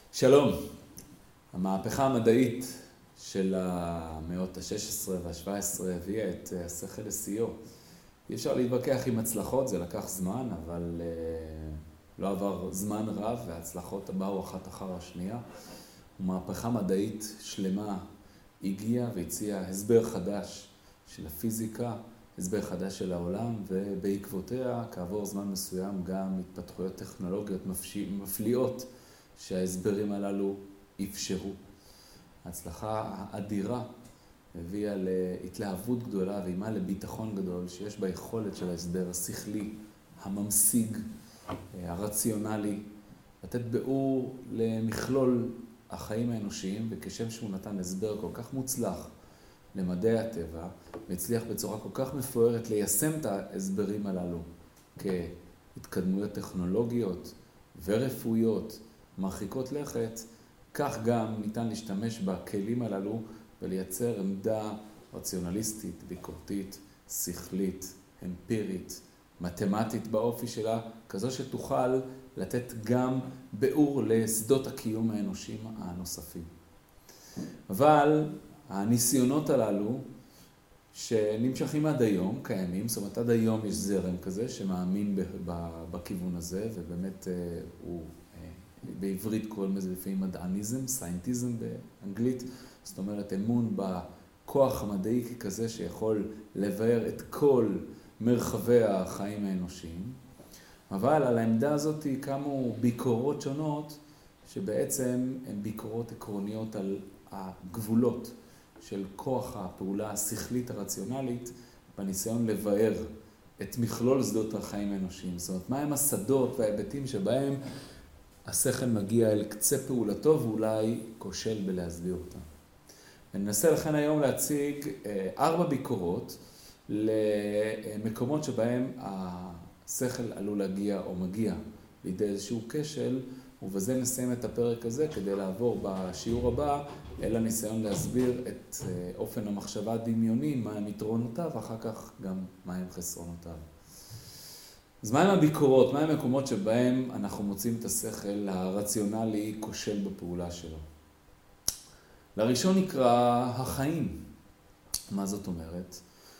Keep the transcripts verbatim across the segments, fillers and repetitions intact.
שלום. המהפכה המדעית של המאות ה-שש עשרה וה-שבע עשרה הביאה את השכל לשיאו. אי אפשר להתווכח עם הצלחות, זה לקח זמן, אבל לא עבר זמן רב וההצלחות באו אחת אחר השנייה. ומהפכה מדעית שלמה הגיעה והציעה הסבר חדש של הפיזיקה, הסבר חדש של העולם, ובעקבותיה כעבור זמן מסוים גם התפתחויות טכנולוגיות מפליאות שההסברים הללו אפשרו. ההצלחה האדירה הביאה להתלהבות גדולה ועימה לביטחון גדול שיש ביכולת של ההסבר השכלי, הממשיג, הרציונלי, לתת ביאור למכלול החיים האנושיים, וכשם שהוא נתן הסבר כל כך מוצלח למדעי הטבע, והצליח בצורה כל כך מפוארת ליישם את ההסברים הללו כהתקדמויות טכנולוגיות ורפואיות מרחיקות לכת, כך גם ניתן להשתמש בכלים הללו ולייצר עמדה רציונליסטית, ביקורתית, שכלית, אמפירית, מתמטית באופי שלה, כזו שתוכל לתת גם ביאור לשדות הקיום האנושיים הנוספים. אבל הניסיונות הללו שנמשכים עד היום, קיימים, זאת אומרת עד היום יש זרם כזה שמאמין בכיוון הזה, ובאמת הוא בעברית קוראים לזה לפעמים מדעניזם, סיינטיזם באנגלית, זאת אומרת אמון בכוח המדעי ככזה שיכול לבאר את כל מרחבי החיים האנושיים. אבל על העמדה הזאת קמו ביקורות שונות שבעצם הן ביקורות עקרוניות על הגבולות של כוח הפעולה השכלית הרציונלית בניסיון לבאר את מכלול שדות החיים האנושיים. זאת אומרת, מהם השדות וההיבטים שבהם השכל מגיע אל קצה פעולתו ואולי כושל בלהסביר אותה. וננסה לכן היום להציג ארבע ביקורות למקומות שבהם השכל עלול להגיע או מגיע לידי איזשהו כשל, ובזה נסיים את הפרק הזה כדי לעבור בשיעור הבא אל הניסיון להסביר את אופן המחשבה הדמיוני, מהם יתרונותיו, ואחר כך גם מהם חסרונותיו. אז מהם הביקורות, מהם המקומות שבהם אנחנו מוצאים את השכל הרציונלי כושל בפעולה שלו? לראשון נקרא החיים. מה זאת אומרת?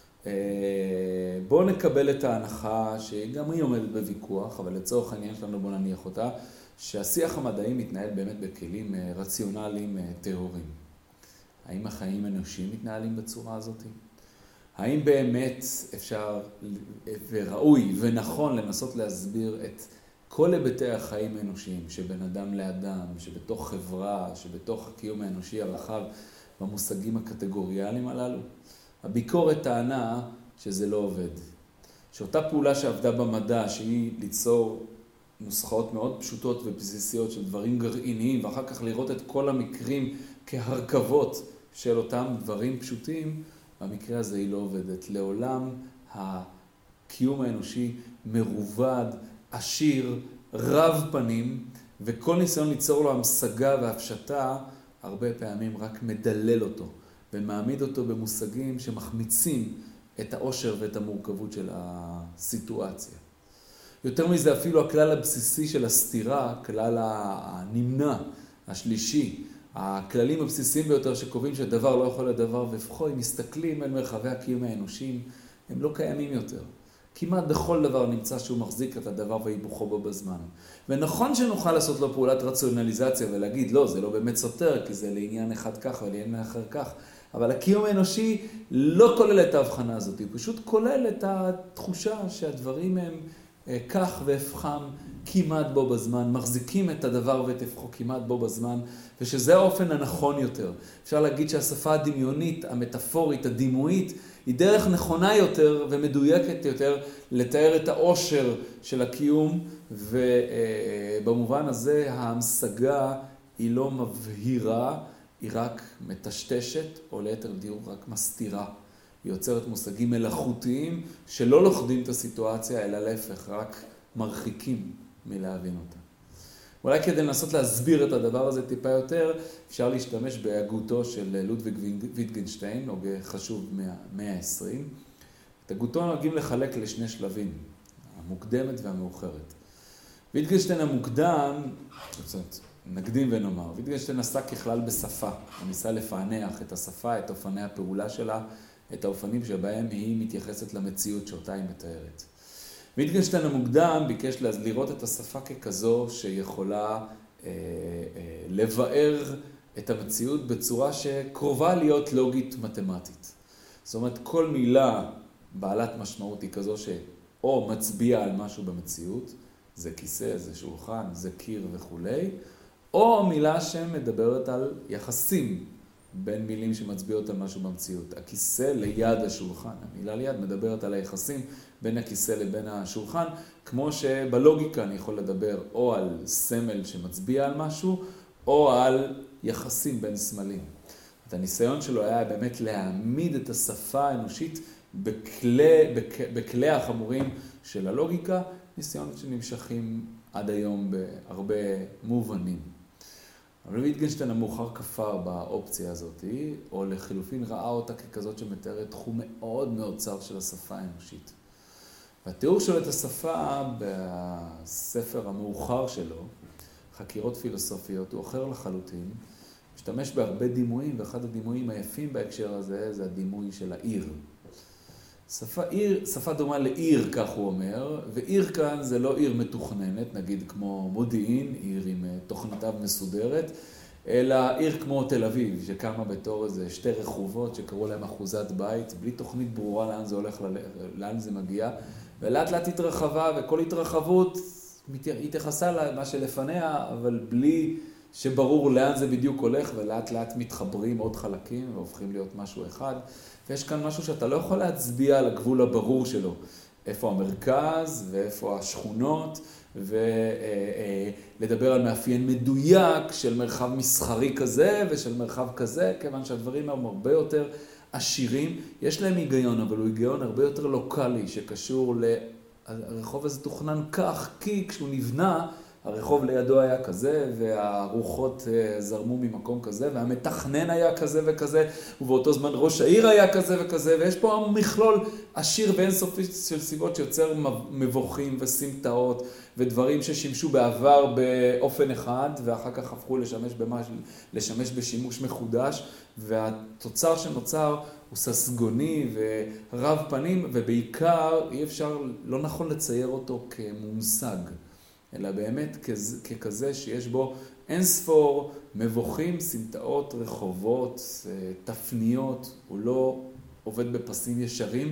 בואו נקבל את ההנחה שגם היא עומדת בוויכוח, אבל לצורך העניין שלנו בואו נניח אותה, שהשיח המדעי מתנהל באמת בכלים רציונליים טהורים. האם החיים האנושיים מתנהלים בצורה הזאת? האם באמת אפשר וראוי ונכון לנסות להסביר את כל היבטי החיים האנושיים, שבין אדם לאדם, שבתוך חברה, שבתוך הקיום האנושי הרחב, במושגים הקטגוריאליים הללו? הביקורת טענה שזה לא עובד. שאותה פעולה שעבדה במדע, שהיא ליצור נוסחאות מאוד פשוטות ובסיסיות של דברים גרעיניים, ואחר כך לראות את כל המקרים כהרכבות של אותם דברים פשוטים, במקרה הזה היא לא עובדת. לעולם הקיום האנושי מרובד, עשיר, רב פנים, וכל ניסיון ליצור לו המשגה והפשטה, הרבה פעמים רק מדלל אותו, ומעמיד אותו במושגים שמחמיצים את העושר ואת המורכבות של הסיטואציה. יותר מזה, אפילו הכלל הבסיסי של הסתירה, כלל הנמנע, השלישי, הכללים הבסיסיים ביותר שקובעים שהדבר לא יכול להיות דבר והפכו, הם מסתכלים על מרחבי הקיום האנושיים, הם לא קיימים יותר. כמעט בכל דבר נמצא שהוא מחזיק את הדבר והיבוכו בו בזמן. ונכון שנוכל לעשות לו פעולת רציונליזציה ולהגיד, לא, זה לא באמת סותר, כי זה לעניין אחד כך ולעניין אחר כך. אבל הקיום האנושי לא כולל את ההבחנה הזאת, הוא פשוט כולל את התחושה שהדברים הם כך והפכם כמעט בו בזמן, מחזיקים את הדבר ואת הפכו כמעט בו בזמן, ושזה האופן הנכון יותר. אפשר להגיד שהשפה הדמיונית, המטאפורית, הדימויית, היא דרך נכונה יותר ומדויקת יותר לתאר את העושר של הקיום, ובמובן הזה ההמשגה היא לא מבהירה, היא רק מטשטשת, או ליתר דיוק רק מסתירה. היא יוצרת מושגים מלאכותיים שלא לוכדים את הסיטואציה, אלא להפך, רק מרחיקים מלהבין אותה. אולי כדי לנסות להסביר את הדבר הזה טיפה יותר, אפשר להשתמש בהגותו של לודוויג ויטגנשטיין, הוגה חשוב מהמאה ה-עשרים. את הגותו נוהגים לחלק לשני שלבים, המוקדמת והמאוחרת. ויטגנשטיין המוקדם, נקדים ונאמר, ויטגנשטיין עסק ככלל בשפה, הוא ניסה לפענח את השפה, את אופני הפעולה שלה, את האופנים שבהם היא מתייחסת למציאות שאותה היא מתארת. ויטגנשטיין המוקדם ביקש לראות את השפה ככזו שיכולה אה, אה, לבאר את המציאות בצורה שקרובה להיות לוגית מתמטית. זאת אומרת, כל מילה בעלת משמעות היא כזו שאו מצביעה על משהו במציאות, זה כיסא, זה שולחן, זה קיר וכו', או מילה שמדברת על יחסים בין מילים שמצביעות על משהו במציאות. הכיסא ליד השולחן, המילה ליד מדברת על היחסים בין הכיסא לבין השולחן, כמו שבלוגיקה אני יכול לדבר או על סמל שמצביע על משהו, או על יחסים בין סמלים. את הניסיון שלו היה באמת להעמיד את השפה האנושית בכלי, בכ, בכלי החמורים של הלוגיקה, ניסיונות שנמשכים עד היום בהרבה מובנים. אבל ויטגנשטיין המאוחר כפר באופציה הזאת, או לחילופין ראה אותה ככזאת שמתארת תחום מאוד מאוד צר של השפה האנושית. והתיאור שלו את השפה בספר המאוחר שלו, חקירות פילוסופיות, הוא אחר לחלוטין, משתמש בהרבה דימויים, ואחד הדימויים היפים בהקשר הזה זה הדימוי של העיר. שפה, עיר, שפה דומה לעיר, כך הוא אומר, ועיר כאן זה לא עיר מתוכננת, נגיד כמו מודיעין, עיר עם תוכניתיו מסודרת, אלא עיר כמו תל אביב, שקמה בתור איזה שתי רחובות שקראו להם אחוזת בית, בלי תוכנית ברורה לאן זה הולך, לאן זה מגיע, ולאט לאט התרחבה, וכל התרחבות התייחסה למה שלפניה, אבל בלי שברור לאן זה בדיוק הולך, ולאט לאט מתחברים עוד חלקים והופכים להיות משהו אחד. ויש כאן משהו שאתה לא יכול להצביע על הגבול הברור שלו. איפה המרכז ואיפה השכונות, ולדבר על מאפיין מדויק של מרחב מסחרי כזה ושל מרחב כזה, כיוון שהדברים הם הרבה יותר עשירים. יש להם היגיון, אבל הוא היגיון הרבה יותר לוקלי, שקשור ל... הרחוב הזה תוכנן כך, כי כשהוא נבנה, הרחוב לידו היה כזה, והרוחות זרמו ממקום כזה, והמתכנן היה כזה וכזה, ובאותו זמן ראש העיר היה כזה וכזה, ויש פה מכלול עשיר ואינסופי של סיבות שיוצר מבוכים וסמטאות, ודברים ששימשו בעבר באופן אחד, ואחר כך הפכו לשמש, במש... לשמש בשימוש מחודש, והתוצר שנוצר הוא ססגוני ורב פנים, ובעיקר אי אפשר, לא נכון לצייר אותו כמושג. אלא באמת ככזה שיש בו אין ספור מבוכים, סמטאות, רחובות, תפניות, הוא לא עובד בפסים ישרים,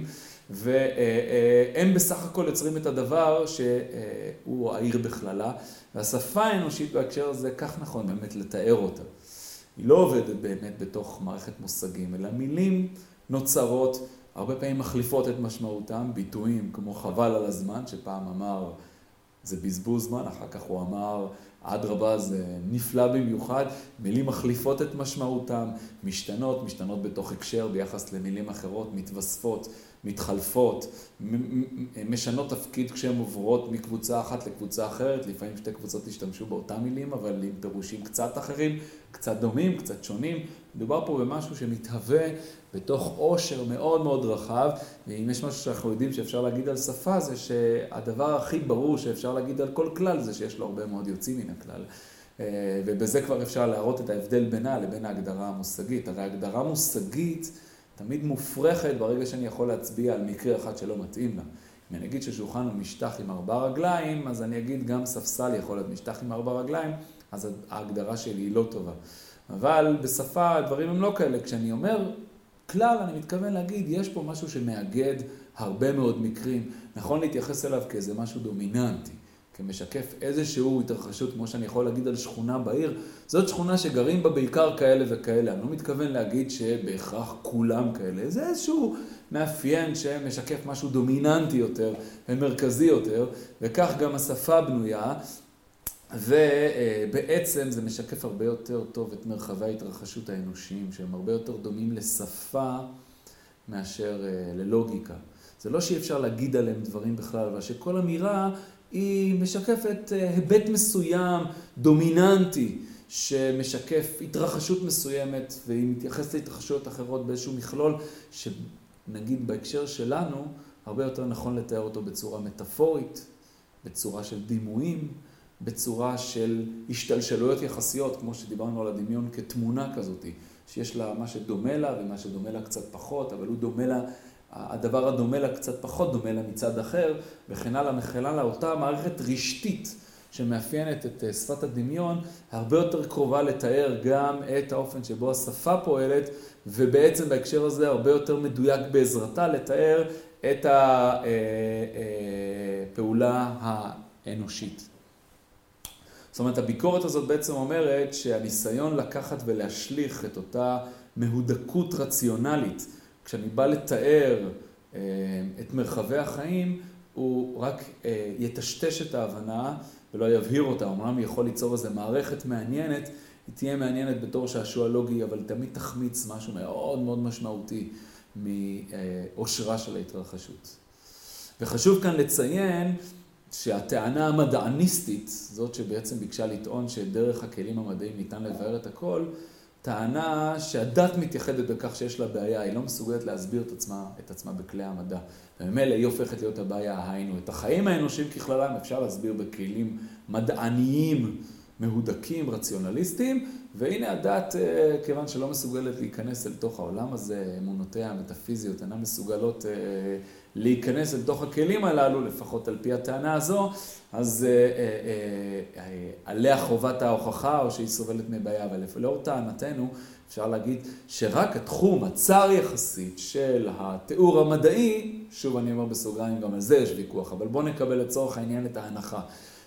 והם בסך הכל יוצרים את הדבר שהוא העיר בכללה, והשפה האנושית בהקשר הזה כך נכון באמת לתאר אותה. היא לא עובדת באמת בתוך מערכת מושגים, אלא מילים נוצרות, הרבה פעמים מחליפות את משמעותם, ביטויים כמו חבל על הזמן, שפעם אמר זה בזבוז זמן, אחר כך הוא אמר, אדרבה זה נפלא במיוחד, מילים מחליפות את משמעותם, משתנות, משתנות בתוך הקשר ביחס למילים אחרות, מתווספות, מתחלפות, משנות תפקיד כשהן עוברות מקבוצה אחת לקבוצה אחרת, לפעמים שתי קבוצות השתמשו באותם מילים, אבל עם פירושים קצת אחרים, קצת דומים, קצת שונים. מדובר פה במשהו שמתהווה בתוך עושר מאוד מאוד רחב, ואם יש משהו שאנחנו יודעים שאפשר להגיד על שפה, זה שהדבר הכי ברור שאפשר להגיד על כל כלל, זה שיש לו הרבה מאוד יוצאים מן הכלל. ובזה כבר אפשר להראות את ההבדל בינה לבין ההגדרה המושגית. הרי ההגדרה המושגית תמיד מופרכת ברגע שאני יכול להצביע על מקרה אחד שלא מתאים לה. אם אני אגיד ששולחן הוא משטח עם ארבע רגליים, אז אני אגיד גם ספסל יכול להיות משטח עם ארבע רגליים, אז ההגדרה שלי היא לא טובה. אבל בשפה הדברים הם לא כאלה. כשאני אומר כלל, אני מתכוון להגיד, יש פה משהו שמאגד הרבה מאוד מקרים. נכון להתייחס אליו כאיזה משהו דומיננטי, כמשקף איזשהו התרחשות, כמו שאני יכול להגיד על שכונה בעיר. זאת שכונה שגרים בה בעיקר כאלה וכאלה. אני לא מתכוון להגיד שבהכרח כולם כאלה. זה איזשהו מאפיין שמשקף משהו דומיננטי יותר ומרכזי יותר, וכך גם השפה בנויה. ובעצם זה משקף הרבה יותר טוב את מרחבי ההתרחשות האנושיים, שהם הרבה יותר דומים לשפה מאשר ללוגיקה. זה לא שאי אפשר להגיד עליהם דברים בכלל, אבל שכל אמירה היא משקפת היבט מסוים, דומיננטי, שמשקף התרחשות מסוימת, והיא מתייחסת להתרחשויות אחרות באיזשהו מכלול, שנגיד בהקשר שלנו, הרבה יותר נכון לתאר אותו בצורה מטאפורית, בצורה של דימויים, בצורה של השתלשלויות יחסיות, כמו שדיברנו על הדמיון כתמונה כזאת, שיש לה מה שדומה לה ומה שדומה לה קצת פחות, אבל הוא דומה לה, הדבר הדומה לה קצת פחות דומה לה מצד אחר, וכן הלאה וכן הלאה, אותה מערכת רשתית שמאפיינת את שפת הדמיון, הרבה יותר קרובה לתאר גם את האופן שבו השפה פועלת, ובעצם בהקשר הזה הרבה יותר מדויק בעזרתה לתאר את הפעולה האנושית. זאת אומרת, הביקורת הזאת בעצם אומרת שהניסיון לקחת ולהשליך את אותה מהודקות רציונלית, כשאני בא לתאר את מרחבי החיים, הוא רק יטשטש את ההבנה ולא יבהיר אותה. אומנם יכול ליצור איזו מערכת מעניינת, היא תהיה מעניינת בתור שעשוע לוגי, אבל תמיד תחמיץ משהו מאוד מאוד משמעותי מאושרה של ההתרחשות. וחשוב כאן לציין שהטענה המדעניסטית, זאת שבעצם ביקשה לטעון שדרך הכלים המדעיים ניתן לבאר את הכל, טענה שהדת מתייחדת בכך שיש לה בעיה, היא לא מסוגלת להסביר את עצמה, את עצמה בכלי המדע. וממילא היא הופכת להיות הבעיה, היינו. את החיים האנושיים ככללם אפשר להסביר בכלים מדעניים, מהודקים, רציונליסטיים, והנה הדת, כיוון שלא מסוגלת להיכנס אל תוך העולם הזה, אמונותיה המטאפיזיות אינן מסוגלות להיכנס אל תוך הכלים הללו, לפחות על פי הטענה הזו, אז עליה חובת ההוכחה או שהיא סובלת מבעיה. אבל לאור טענתנו אפשר להגיד שרק התחום הצר יחסית של התיאור המדעי, שוב אני אומר בסוגריים, גם על זה יש ויכוח, אבל בואו נקבל לצורך העניין את ההנחה,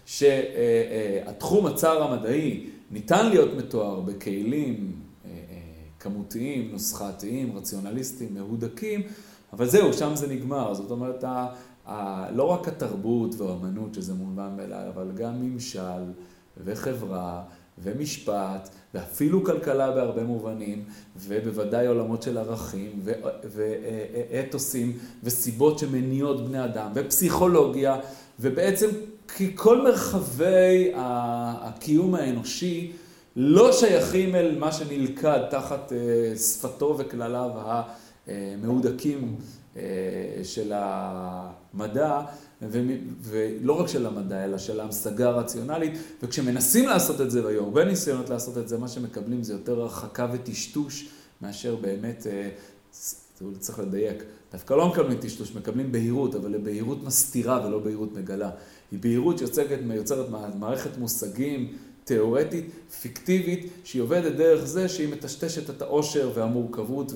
שהתחום הצר המדעי ניתן להיות מתואר בכלים כמותיים, נוסחתיים, רציונליסטיים, מהודקים, אבל זהו, שם זה נגמר. זאת אומרת, ה, ה, לא רק התרבות והאמנות שזה מובן מאליו, אבל גם ממשל וחברה ומשפט, ואפילו כלכלה בהרבה מובנים, ובוודאי עולמות של ערכים ו, ואתוסים וסיבות שמניעות בני אדם, ופסיכולוגיה, ובעצם כל מרחבי הקיום האנושי לא שייכים אל מה שנלכד תחת שפתו וכלליו המהודקים של המדע, ולא רק של המדע, אלא של ההמשגה הרציונלית. וכשמנסים לעשות את זה, והיו הרבה ניסיונות לעשות את זה, מה שמקבלים זה יותר הרחקה וטשטוש, מאשר באמת, צריך לדייק, דווקא לא מקבלים טשטוש, מקבלים בהירות, אבל בהירות מסתירה ולא בהירות מגלה. היא בהירות שיוצרת, יוצרת מערכת מושגים תיאורטית, פיקטיבית, שהיא עובדת דרך זה שהיא מטשטשת את העושר והמורכבות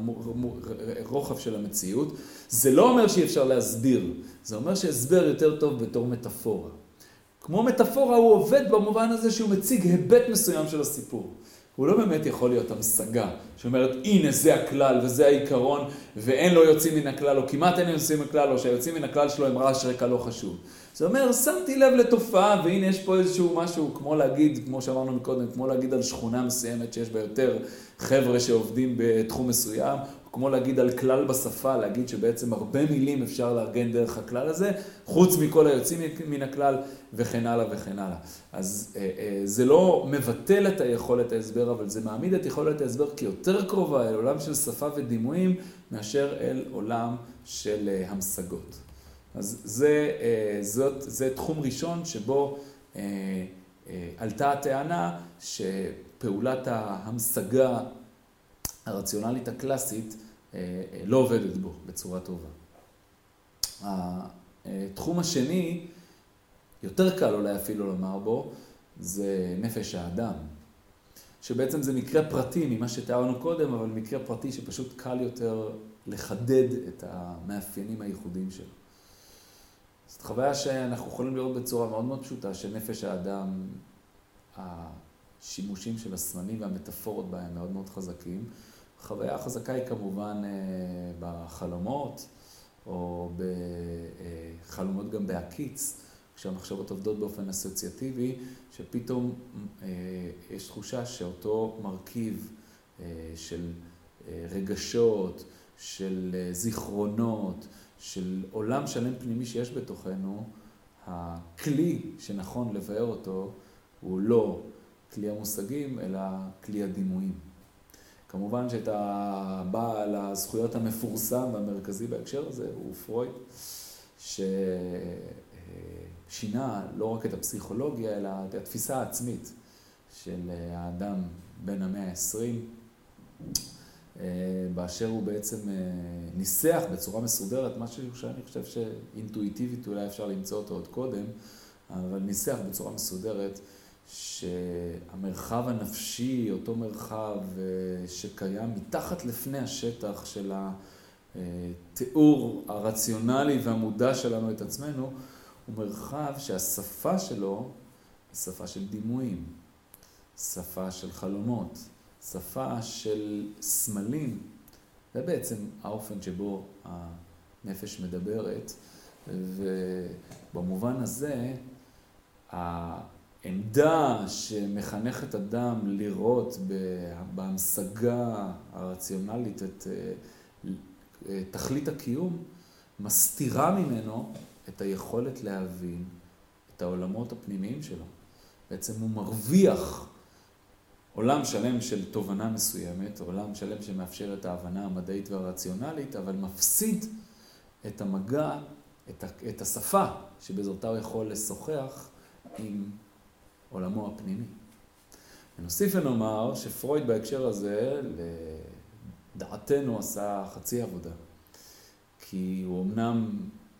והרוחב של המציאות. זה לא אומר שאי אפשר להסביר, זה אומר שהסבר יותר טוב בתור מטאפורה. כמו מטאפורה הוא עובד במובן הזה שהוא מציג היבט מסוים של הסיפור. הוא לא באמת יכול להיות המשגה, שאומרת, הנה זה הכלל וזה העיקרון, ואין לו יוצאים מן הכלל, או כמעט אין יוצאים מן הכלל, או שהיוצאים מן הכלל שלו הם רעש רקע לא חשוב. זה אומר, שמתי לב לתופעה, והנה יש פה איזשהו משהו, כמו להגיד, כמו שאמרנו מקודם, כמו להגיד על שכונה מסוימת שיש בה יותר חבר'ה שעובדים בתחום מסוים, כמו להגיד על כלל בשפה, להגיד שבעצם הרבה מילים אפשר לארגן דרך הכלל הזה, חוץ מכל היוצאים מן הכלל, וכן הלאה וכן הלאה. אז זה לא מבטל את היכולת ההסבר, אבל זה מעמיד את יכולת ההסבר כיותר קרובה אל עולם של שפה ודימויים, מאשר אל עולם של המשגות. אז זה, זאת, זה תחום ראשון שבו עלתה הטענה שפעולת ההמשגה הרציונלית הקלאסית לא עובדת בו בצורה טובה. התחום השני, יותר קל אולי אפילו לומר בו, זה נפש האדם. שבעצם זה מקרה פרטי ממה שתיארנו קודם, אבל מקרה פרטי שפשוט קל יותר לחדד את המאפיינים הייחודיים שלו. זאת חוויה שאנחנו יכולים לראות בצורה מאוד מאוד פשוטה, שנפש האדם, השימושים של הסמנים והמטאפורות בהם מאוד מאוד חזקים. החוויה החזקה היא כמובן בחלומות, או בחלומות גם בהקיץ, כשהמחשבות עובדות באופן אסוציאטיבי, שפתאום יש תחושה שאותו מרכיב של רגשות, של זיכרונות, של עולם שלם פנימי שיש בתוכנו, הכלי שנכון לבאר אותו הוא לא כלי המושגים, אלא כלי הדימויים. כמובן שאת הבעל הזכויות המפורסם והמרכזי בהקשר הזה הוא פרויד, ש... שינה לא רק את הפסיכולוגיה, אלא את התפיסה העצמית של האדם בין המאה ה-עשרים, באשר הוא בעצם ניסח בצורה מסודרת, משהו שאני חושב שאינטואיטיבית אולי אפשר למצוא אותו עוד קודם, אבל ניסח בצורה מסודרת שהמרחב הנפשי, אותו מרחב שקיים מתחת לפני השטח של התיאור הרציונלי והמודע שלנו את עצמנו, הוא מרחב שהשפה שלו היא שפה של דימויים, שפה של חלומות, שפה של סמלים. זה בעצם האופן שבו הנפש מדברת, ובמובן הזה העמדה שמחנכת אדם לראות בהמשגה הרציונלית את תכלית הקיום, מסתירה ממנו את היכולת להבין את העולמות הפנימיים שלו. בעצם הוא מרוויח עולם שלם של תובנה מסוימת, עולם שלם שמאפשר את ההבנה המדעית והרציונלית, אבל מפסיד את המגע, את, את השפה שבזאתה הוא יכול לשוחח עם עולמו הפנימי. ונוסיף ונאמר שפרויד בהקשר הזה, לדעתנו, עשה חצי עבודה. כי הוא אמנם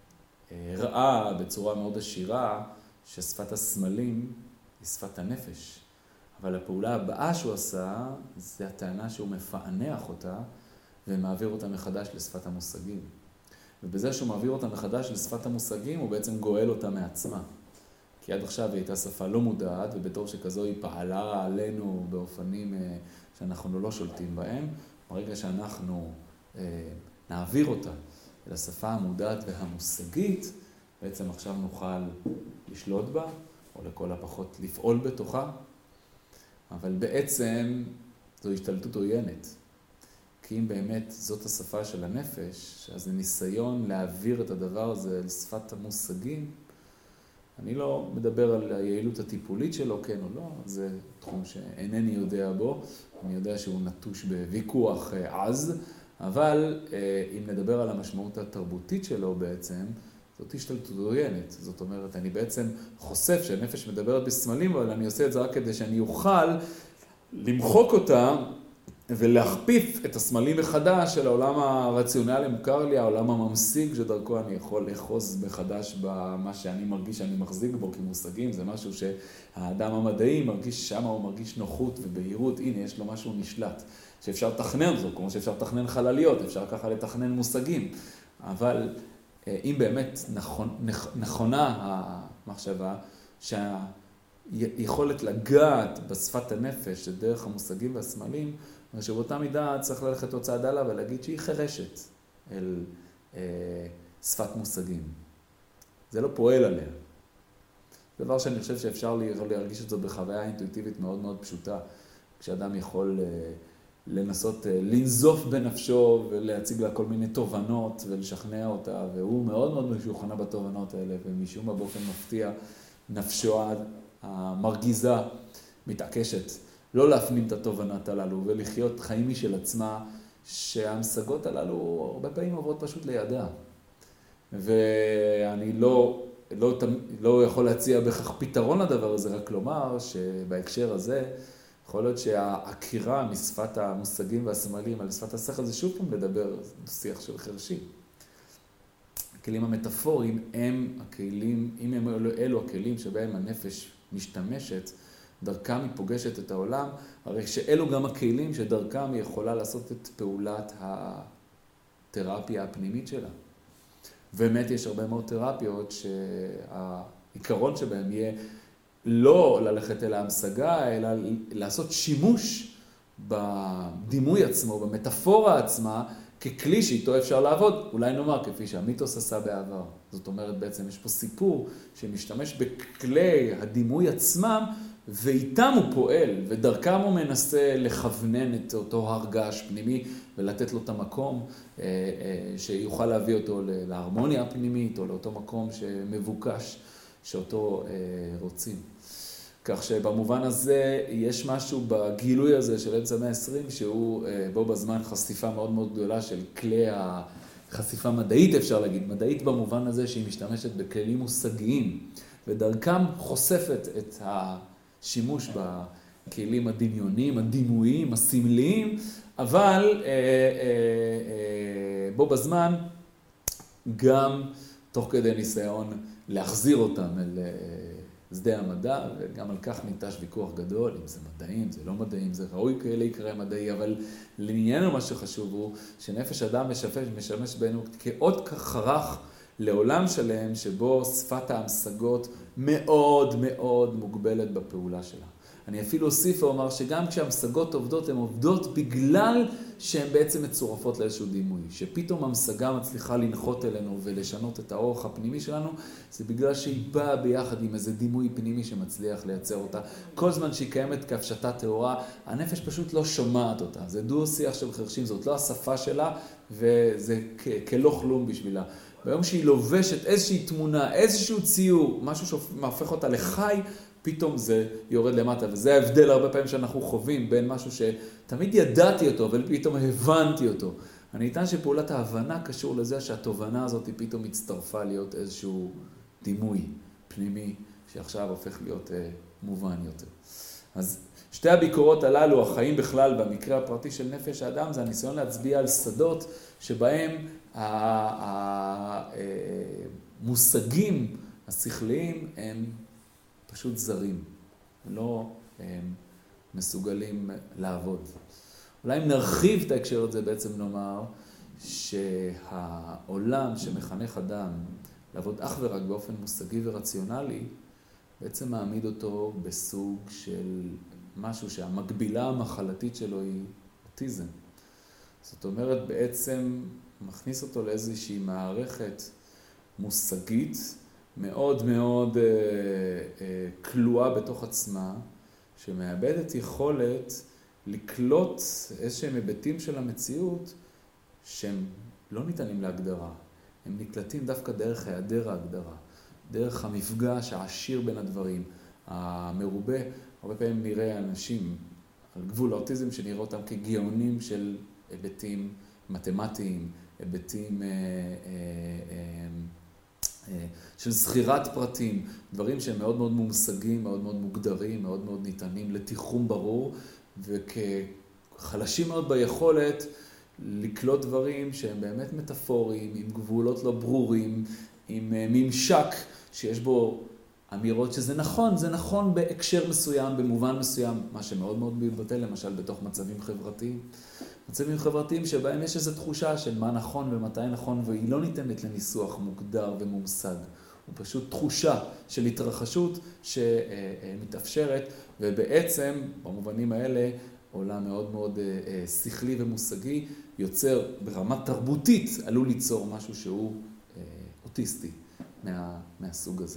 ראה בצורה מאוד עשירה ששפת הסמלים היא שפת הנפש. אבל הפעולה הבאה שהוא עשה, זה הטענה שהוא מפענח אותה ומעביר אותה מחדש לשפת המושגים. ובזה שהוא מעביר אותה מחדש לשפת המושגים, הוא בעצם גואל אותה מעצמה. כי עד עכשיו היא הייתה שפה לא מודעת, ובתור שכזו היא פעלה עלינו באופנים שאנחנו לא שולטים בהם. ברגע שאנחנו נעביר אותה לשפה המודעת והמושגית, בעצם עכשיו נוכל לשלוט בה, או לכל הפחות לפעול בתוכה. אבל בעצם זו השתלטות עוינת. כי אם באמת זאת השפה של הנפש, אז זה ניסיון להעביר את הדבר הזה לשפת המושגים. אני לא מדבר על היעילות הטיפולית שלו, כן או לא, זה תחום שאינני יודע בו. אני יודע שהוא נטוש בוויכוח עז, אבל אם נדבר על המשמעות התרבותית שלו בעצם, זאת השתלטות עוינת. זאת אומרת, אני בעצם חושף שהנפש מדברת בסמלים, אבל אני עושה את זה רק כדי שאני אוכל למחוק אותה ולהכפיף את הסמלים מחדש של העולם הרציונלי מוכר לי, העולם הממשיג שדרכו אני יכול לחוז מחדש במה שאני מרגיש שאני מחזיק בו כמושגים. זה משהו שהאדם המדעי מרגיש שם, הוא מרגיש נוחות ובהירות. הנה, יש לו משהו נשלט, שאפשר לתכנן אותו, כמו שאפשר לתכנן חלליות, אפשר ככה לתכנן מושגים. אבל אם באמת נכון, נכונה המחשבה שהיכולת לגעת בשפת הנפש דרך המושגים והסמלים, שבאותה מידה צריך ללכת עוד צעד הלאה ולהגיד שהיא חרשת אל אה, שפת מושגים. זה לא פועל עליה. דבר שאני חושב שאפשר להרגיש את זה בחוויה אינטואיטיבית מאוד מאוד פשוטה, כשאדם יכול אה, לנסות אה, לנזוף בנפשו ולהציג לה כל מיני תובנות ולשכנע אותה, והוא מאוד מאוד משוכנע בתובנות האלה, ומשום מה באופן מפתיע נפשו המרגיזה מתעקשת לא להפנים את התובנות הללו ולחיות חיים משל עצמה, שההמשגות הללו הרבה פעמים עוברות פשוט לידה. ואני לא, לא, לא יכול להציע בכך פתרון לדבר הזה, רק לומר שבהקשר הזה יכול להיות שהעקירה משפת המושגים והסמלים על שפת השכל זה שוב פעם לדבר שיח של חרשים. הכלים המטאפוריים הם הכלים, אם הם אלו, אלו הכלים שבהם הנפש משתמשת, דרכם היא פוגשת את העולם, הרי שאלו גם הכלים שדרכם היא יכולה לעשות את פעולת התרפיה הפנימית שלה. באמת יש הרבה מאוד תרפיות שהעיקרון שבהם יהיה לא ללכת אל ההמשגה, אלא לעשות שימוש בדימוי עצמו, במטאפורה עצמה, ככלי שאיתו אפשר לעבוד, אולי נאמר כפי שהמיתוס עשה בעבר. זאת אומרת, בעצם יש פה סיפור שמשתמש בכלי הדימוי עצמם, ואיתם הוא פועל, ודרכם הוא מנסה לכוונן את אותו הרגש פנימי, ולתת לו את המקום שיוכל להביא אותו להרמוניה הפנימית, או לאותו מקום שמבוקש, שאותו רוצים. כך שבמובן הזה יש משהו בגילוי הזה של אמצע המאה ה-עשרים, שהוא בו בזמן חשיפה מאוד מאוד גדולה של כלי החשיפה מדעית, אפשר להגיד, מדעית במובן הזה שהיא משתמשת בכלים מושגיים, ודרכם חושפת את השימוש בכלים הדמיוניים, הדימויים, הסמליים, אבל אה, אה, אה, בו בזמן גם תוך כדי ניסיון להחזיר אותם אל אה, שדה המדע, וגם על כך ניטש ויכוח גדול, אם זה מדעים, זה לא מדעים, זה ראוי כאלה יקרא מדעי, אבל לענייננו מה שחשוב הוא שנפש אדם משמש, משמש בינו כאות חרך לעולם שלם, שבו שפת ההמשגות מאוד מאוד מוגבלת בפעולה שלה. אני אפילו אוסיף ואומר שגם כשהמשגות עובדות, הן עובדות בגלל שהן בעצם מצורפות לאיזשהו דימוי. שפתאום המשגה מצליחה לנחות אלינו ולשנות את האורך הפנימי שלנו, זה בגלל שהיא באה ביחד עם איזה דימוי פנימי שמצליח לייצר אותה. כל זמן שהיא קיימת כהפשטה טהורה, הנפש פשוט לא שומעת אותה. זה דו שיח של חרשים, זאת לא השפה שלה, וזה כלא כלום בשבילה. ביום שהיא לובשת איזושהי תמונה, איזשהו ציור, משהו שהופך אותה לחי, פתאום זה יורד למטה, וזה ההבדל הרבה פעמים שאנחנו חווים בין משהו שתמיד ידעתי אותו, אבל פתאום הבנתי אותו. אני אטען שפעולת ההבנה קשור לזה שהתובנה הזאת פתאום הצטרפה להיות איזשהו דימוי פנימי, שעכשיו הופך להיות אה, מובן יותר. אז שתי הביקורות הללו, החיים בכלל במקרה הפרטי של נפש האדם, זה הניסיון להצביע על שדות שבהם המושגים השכליים הם פשוט זרים, לא הם מסוגלים לעבוד. אולי אם נרחיב את ההקשר הזה בעצם נאמר שהעולם שמחנך אדם לעבוד אך ורק באופן מושגי ורציונלי, בעצם מעמיד אותו בסוג של משהו שהמקבילה המחלתית שלו היא אוטיזם. זאת אומרת, בעצם מכניס אותו לאיזושהי מערכת מושגית, מאוד מאוד אה, אה, כלואה בתוך עצמה, שמאבדת יכולת לקלוט איזשהם היבטים של המציאות שהם לא ניתנים להגדרה. הם נקלטים דווקא דרך היעדר ההגדרה, דרך המפגש העשיר בין הדברים, המרובה. הרבה פעמים נראה אנשים על גבול האוטיזם שנראה אותם כגאונים של היבטים מתמטיים, היבטים אה, אה, אה, של זכירת פרטים, דברים שהם מאוד מאוד מושגים, מאוד מאוד מוגדרים, מאוד מאוד ניתנים לתיחום ברור, וכחלשים מאוד ביכולת לקלוט דברים שהם באמת מטאפוריים, עם גבולות לא ברורים, עם ממשק שיש בו אמירות שזה נכון, זה נכון בהקשר מסוים, במובן מסוים, מה שמאוד מאוד מתבטא למשל בתוך מצבים חברתיים. מצבים חברתיים שבהם יש איזו תחושה של מה נכון ומתי נכון, והיא לא ניתנת לניסוח מוגדר ומומסד. הוא פשוט תחושה של התרחשות שמתאפשרת, ובעצם במובנים האלה עולם מאוד מאוד שכלי ומושגי, יוצר ברמה תרבותית, עלול ליצור משהו שהוא אוטיסטי מה, מהסוג הזה.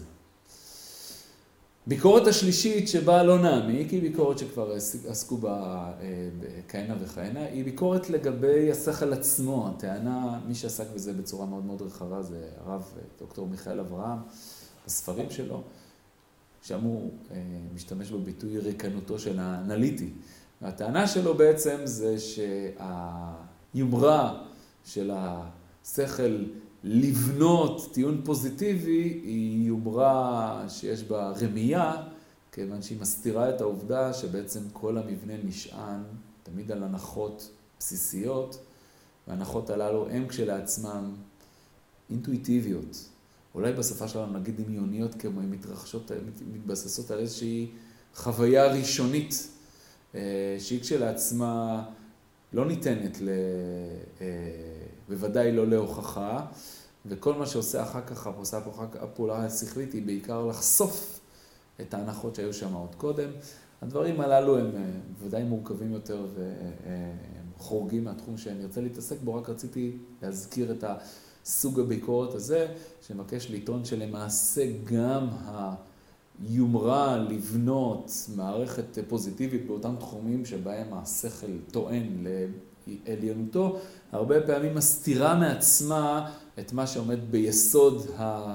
ביקורת השלישית שבה לא נעמיק, היא ביקורת שכבר עסקו בה בכהנה וכהנה, היא ביקורת לגבי השכל עצמו. הטענה, מי שעסק בזה בצורה מאוד מאוד רחבה, זה הרב דוקטור מיכאל אברהם, בספרים שלו, שם הוא משתמש בביטוי ריקנותו של האנליטי. והטענה שלו בעצם זה שהיומרה של השכל לבנות טיעון פוזיטיבי היא יומרה שיש בה רמייה, כיוון שהיא מסתירה את העובדה שבעצם כל המבנה נשען תמיד על הנחות בסיסיות, וההנחות הללו הם כשלעצמם אינטואיטיביות. אולי בשפה שלנו נגיד דמיוניות, כמו הן מתרחשות, מתבססות על איזושהי חוויה ראשונית, שהיא כשלעצמה לא ניתנת ל... בוודאי לא להוכחה, וכל מה שעושה אחר כך, עושה הפעולה השכלית היא בעיקר לחשוף את ההנחות שהיו שם עוד קודם. הדברים הללו הם בוודאי מורכבים יותר וחורגים מהתחום שאני רוצה להתעסק בו, רק רציתי להזכיר את הסוג הביקורת הזה, שמבקש לטעון שלמעשה גם היומרה לבנות מערכת פוזיטיבית באותם תחומים שבהם השכל טוען לעליונותו, הרבה פעמים מסתירה מעצמה את מה שעומד ביסוד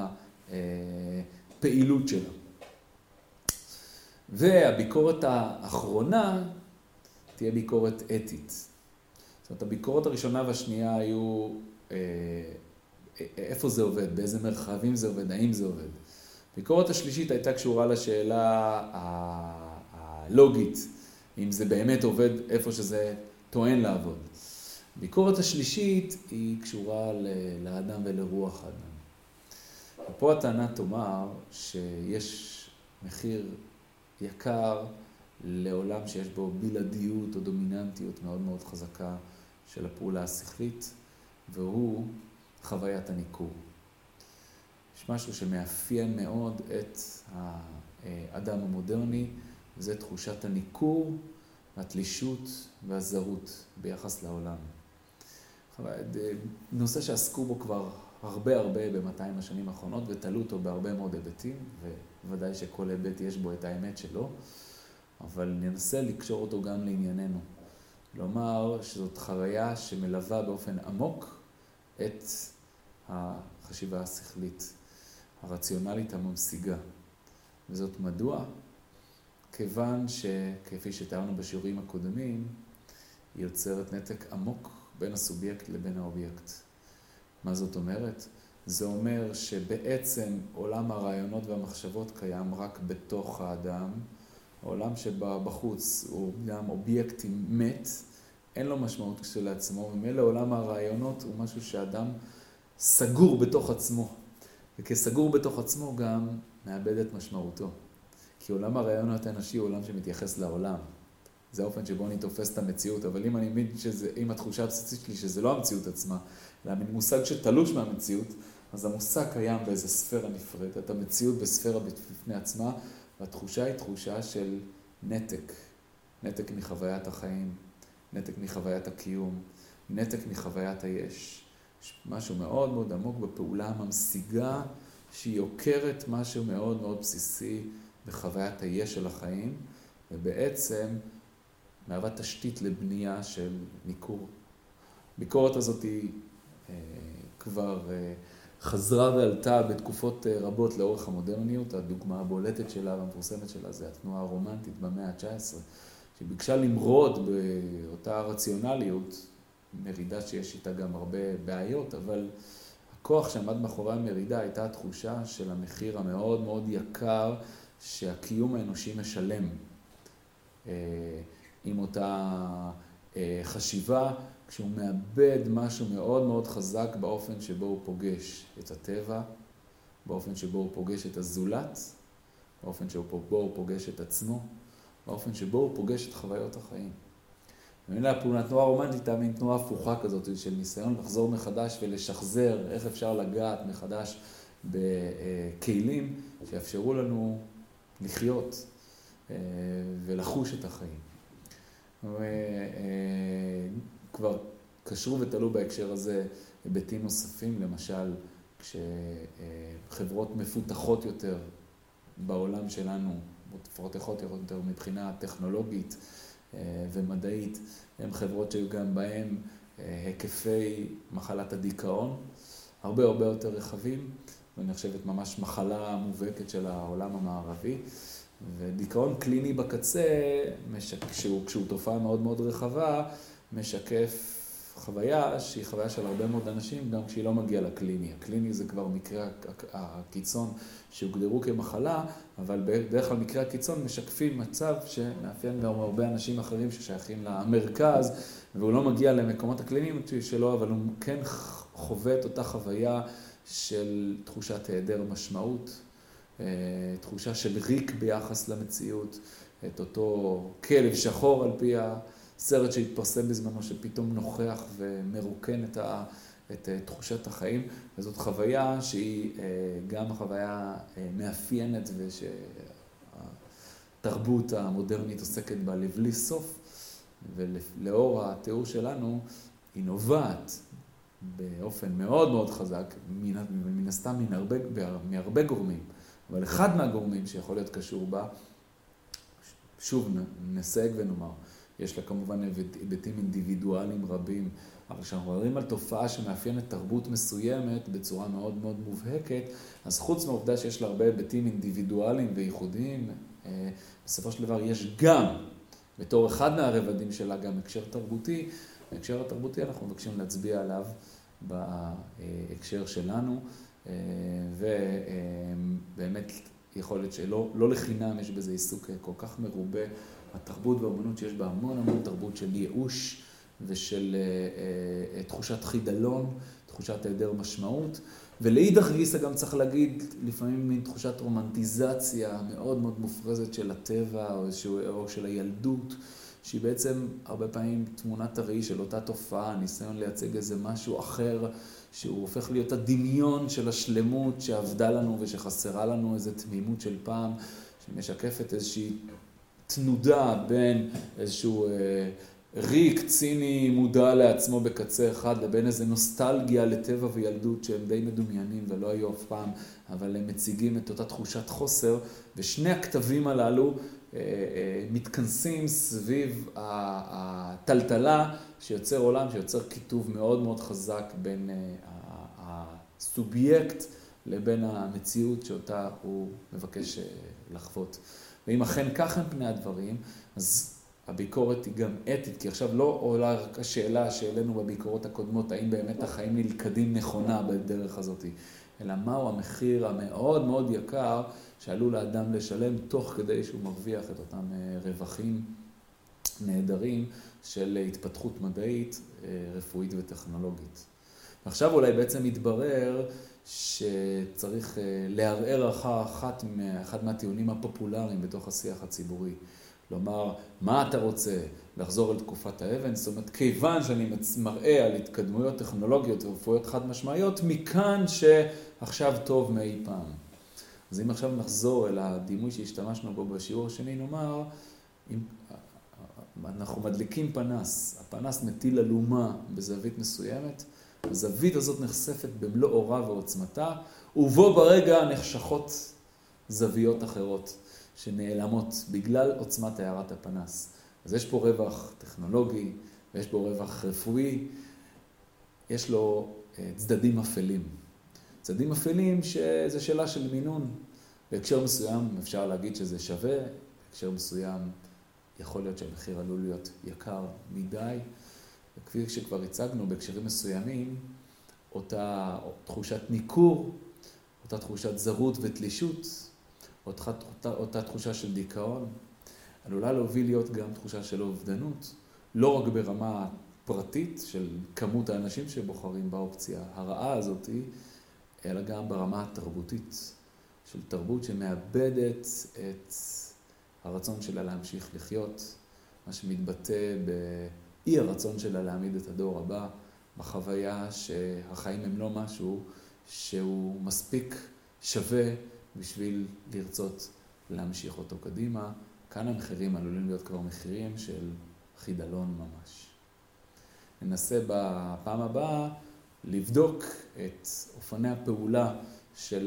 הפעילות שלה. והביקורת האחרונה תהיה ביקורת אתית. זאת אומרת, הביקורת הראשונה והשנייה היו איפה זה עובד, באיזה מרחבים זה עובד, האם זה עובד. הביקורת השלישית הייתה קשורה לשאלה הלוגית, אם זה באמת עובד איפה שזה טוען לעבוד. הביקורת השלישית היא קשורה לאדם ולרוח האדם. ופה הטענה תאמר שיש מחיר יקר לעולם שיש בו בלעדיות או דומיננטיות מאוד מאוד חזקה של הפעולה השכלית, והוא חוויית הניכור. יש משהו שמאפיין מאוד את האדם המודרני, וזה תחושת הניכור, התלישות והזרות ביחס לעולם. נושא שעסקו בו כבר הרבה הרבה ב-מאתיים השנים האחרונות, ותלו אותו בהרבה מאוד היבטים, וודאי שכל היבט יש בו את האמת שלו, אבל ננסה לקשור אותו גם לענייננו. לומר שזאת חוויה שמלווה באופן עמוק את החשיבה השכלית, הרציונלית הממשיגה. וזאת מדוע? כיוון שכפי שתיארנו בשיעורים הקודמים, היא יוצרת נתק עמוק בין הסובייקט לבין האובייקט. מה זאת אומרת? זה אומר שבעצם עולם הרעיונות והמחשבות קיים רק בתוך האדם. העולם שבחוץ הוא גם אובייקטי מת, אין לו משמעות כשלעצמו, ומילא עולם הרעיונות הוא משהו שאדם סגור בתוך עצמו. וכסגור בתוך עצמו גם מאבד את משמעותו. כי עולם הרעיונות האנושי הוא עולם שמתייחס לעולם. זה האופן שבו אני תופס את המציאות, אבל אם אני מבין שזה, אם התחושה הבסיסית שלי שזה לא המציאות עצמה, אלא מין מושג שתלוש מהמציאות, אז המושג קיים באיזו ספירה נפרדת, המציאות בספירה בפני עצמה, והתחושה היא תחושה של נתק, נתק מחוויית החיים, נתק מחוויית הקיום, נתק מחוויית היש. יש משהו מאוד מאוד עמוק בפעולה הממשיגה, שהיא עוקרת משהו מאוד מאוד בסיסי בחוויית היש של החיים, ובעצם מהווה תשתית לבנייה של ניכור. הביקורת הזאת היא אה, כבר אה, חזרה ועלתה בתקופות אה, רבות לאורך המודרניות. הדוגמה הבולטת שלה והמפורסמת שלה זה התנועה הרומנטית במאה ה-תשע עשרה, שביקשה למרוד באותה רציונליות, מרידה שיש איתה גם הרבה בעיות, אבל הכוח שעמד מאחורי המרידה הייתה התחושה של המחיר המאוד מאוד יקר שהקיום האנושי משלם. אה, עם אותה אה, חשיבה, כשהוא מאבד משהו מאוד מאוד חזק באופן שבו הוא פוגש את הטבע, באופן שבו הוא פוגש את הזולת, באופן שבו הוא פוגש את עצמו, באופן שבו הוא פוגש את חוויות החיים. ומילה, הפעולת תנועה רומנטית הייתה מין תנועה הפוכה כזאת של ניסיון לחזור מחדש ולשחזר איך אפשר לגעת מחדש בכלים שיאפשרו לנו לחיות ולחוש את החיים. וכבר קשרו ותלו בהקשר הזה היבטים נוספים, למשל כשחברות מפותחות יותר בעולם שלנו, מפותחות יותר מבחינה טכנולוגית ומדעית, הן חברות שהיו גם בהן היקפי מחלת הדיכאון, הרבה הרבה יותר רחבים, ואני חושבת ממש מחלה מובהקת של העולם המערבי. ודיכאון קליני בקצה, כשהוא, כשהוא תופעה מאוד מאוד רחבה, משקף חוויה שהיא חוויה של הרבה מאוד אנשים, גם כשהיא לא מגיעה לקליני. הקליני זה כבר מקרה הקיצון שהוגדרו כמחלה, אבל בדרך כלל מקרה הקיצון משקפים מצב שמאפיין גם הרבה אנשים אחרים ששייכים למרכז, והוא לא מגיע למקומות הקליניים שלו, אבל הוא כן חווה את אותה חוויה של תחושת היעדר משמעות, תחושה של ריק ביחס למציאות, את אותו כלב שחור על פי הסרט שהתפרסם בזמנו, שפתאום נוכח ומרוקן את, ה, את תחושת החיים. וזאת חוויה שהיא גם חוויה מאפיינת ושהתרבות המודרנית עוסקת בה לבלי סוף, ולאור התיאור שלנו היא נובעת באופן מאוד מאוד חזק, מן, מן הסתם מן הרבה, מהרבה גורמים. אבל אחד מהגורמים שיכול להיות קשור בה, שוב נסייג ונאמר, יש לה כמובן היבטים אינדיבידואליים רבים, אבל כשאנחנו מדברים על תופעה שמאפיינת תרבות מסוימת בצורה מאוד מאוד מובהקת, אז חוץ מהעובדה שיש לה הרבה היבטים אינדיבידואליים וייחודיים, בסופו של דבר יש גם, בתור אחד מהרבדים שלה, גם הקשר תרבותי. ההקשר התרבותי אנחנו מבקשים להצביע עליו בהקשר שלנו, ובאמת יכול להיות שלא לא לחינם יש בזה עיסוק כל כך מרובה. התרבות והאומנות שיש בה המון המון תרבות של ייאוש ושל תחושת חידלון, תחושת היעדר משמעות. ולאידך גיסא גם צריך להגיד, לפעמים מין תחושת רומנטיזציה מאוד מאוד מופרזת של הטבע או, או של הילדות, שהיא בעצם הרבה פעמים תמונת הראי של אותה תופעה, ניסיון לייצג איזה משהו אחר, שהוא הופך להיות הדמיון של השלמות שעבדה לנו ושחסרה לנו איזו תמימות של פעם, שמשקפת איזושהי תנודה בין איזשהו אה, ריק, ציני, מודע לעצמו בקצה אחד, לבין איזו נוסטלגיה לטבע וילדות שהם די מדומיינים ולא היו אף פעם, אבל הם מציגים את אותה תחושת חוסר, ושני הכתבים הללו אה, אה, מתכנסים סביב הטלטלה שיוצר עולם, שיוצר כיתוב מאוד מאוד חזק בין אה, הסובייקט לבין המציאות שאותה הוא מבקש אה, לחוות. ואם אכן כך הם פני הדברים, אז הביקורת היא גם אתית, כי עכשיו לא עולה רק השאלה שהעלינו בביקורות הקודמות, האם באמת החיים נלכדים נכונה בדרך הזאת, אלא מהו המחיר המאוד מאוד יקר שעלול האדם לשלם תוך כדי שהוא מרוויח את אותם רווחים נהדרים של התפתחות מדעית, רפואית וטכנולוגית. ועכשיו אולי בעצם מתברר שצריך לערער אחר אחת, אחד מהטיעונים הפופולריים בתוך השיח הציבורי. כלומר, מה אתה רוצה? לחזור אל תקופת האבן? זאת אומרת, כיוון שאני מראה על התקדמויות טכנולוגיות ורפואיות חד משמעיות, מכאן שעכשיו טוב מאי פעם. אז אם עכשיו נחזור אל הדימוי שהשתמשנו בו בשיעור השני, נאמר, אם אנחנו מדליקים פנס, הפנס מטיל אלומה בזווית מסוימת, הזווית הזאת נחשפת במלוא אורה ועוצמתה, ובו ברגע נחשכות זוויות אחרות שנעלמות בגלל עוצמת הארת הפנס. אז יש פה רווח טכנולוגי, ויש פה רווח רפואי, יש לו צדדים אפלים. צדדים אפלים שזה שאלה של מינון. בהקשר מסוים אפשר להגיד שזה שווה, בהקשר מסוים יכול להיות שהמחיר עלול להיות יקר מדי, וכפי שכבר הצגנו בהקשרים מסוימים, אותה תחושת ניכור, אותה תחושת זרות ותלישות, אותה, אותה, אותה תחושה של דיכאון, עלולה להוביל להיות גם תחושה של אובדנות, לא רק ברמה פרטית של כמות האנשים שבוחרים באופציה הרעה הזאת, אלא גם ברמה התרבותית, של תרבות שמאבדת את הרצון שלה להמשיך לחיות, מה שמתבטא באי הרצון שלה להעמיד את הדור הבא, בחוויה שהחיים הם לא משהו שהוא מספיק שווה בשביל לרצות להמשיך אותו קדימה. כאן המחירים עלולים להיות כבר מחירים של חידלון ממש. ננסה בפעם הבאה לבדוק את אופני הפעולה של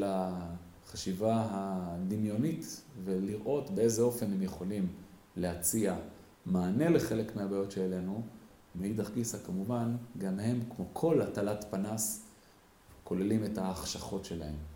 החשיבה הדמיונית ולראות באיזה אופן הם יכולים להציע מענה לחלק מהבעיות שאלינו. מאידך גיסא כמובן, גם הם כמו כל הטלת פנס כוללים את ההחשכות שלהם.